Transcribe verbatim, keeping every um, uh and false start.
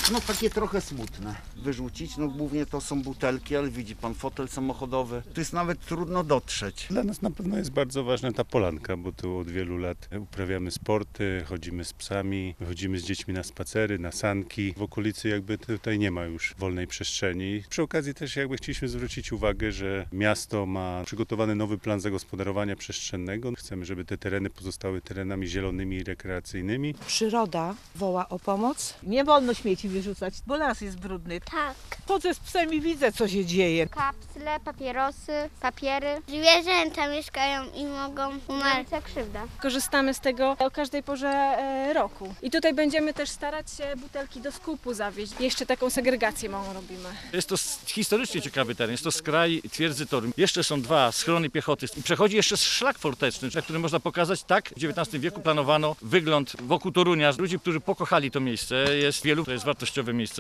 No takie trochę smutne wyrzucić, no głównie to są butelki, ale widzi pan fotel samochodowy. Tu jest nawet trudno dotrzeć. Dla nas na pewno jest bardzo ważna ta polanka, bo tu od wielu lat uprawiamy sporty, chodzimy z psami, wychodzimy z dziećmi na spacery, na sanki. W okolicy jakby tutaj nie ma już wolnej przestrzeni. Przy okazji też jakby chcieliśmy zwrócić uwagę, że miasto ma przygotowany nowy plan zagospodarowania przestrzennego. Chcemy, żeby te tereny pozostały terenami zielonymi i rekreacyjnymi. Przyroda woła o pomoc. Nie wolno śmieci wyrzucać, bo las jest brudny. Tak. Chodzę z psem i widzę, co się dzieje. Kapsle, papierosy, papiery. Zwierzęta mieszkają i mogą umarć za krzywda. Korzystamy z tego o każdej porze e, roku. I tutaj będziemy też starać się butelki do skupu zawieźć. Jeszcze taką segregację małą robimy. Jest to historycznie ciekawy teren, jest to skraj twierdzy Torun. Jeszcze są dwa schrony piechoty i przechodzi jeszcze szlak forteczny, na którym można pokazać, tak w dziewiętnastym wieku planowano wygląd wokół Torunia. Ludzi, którzy pokochali to miejsce, jest wielu, to jest wartościowe miejsce.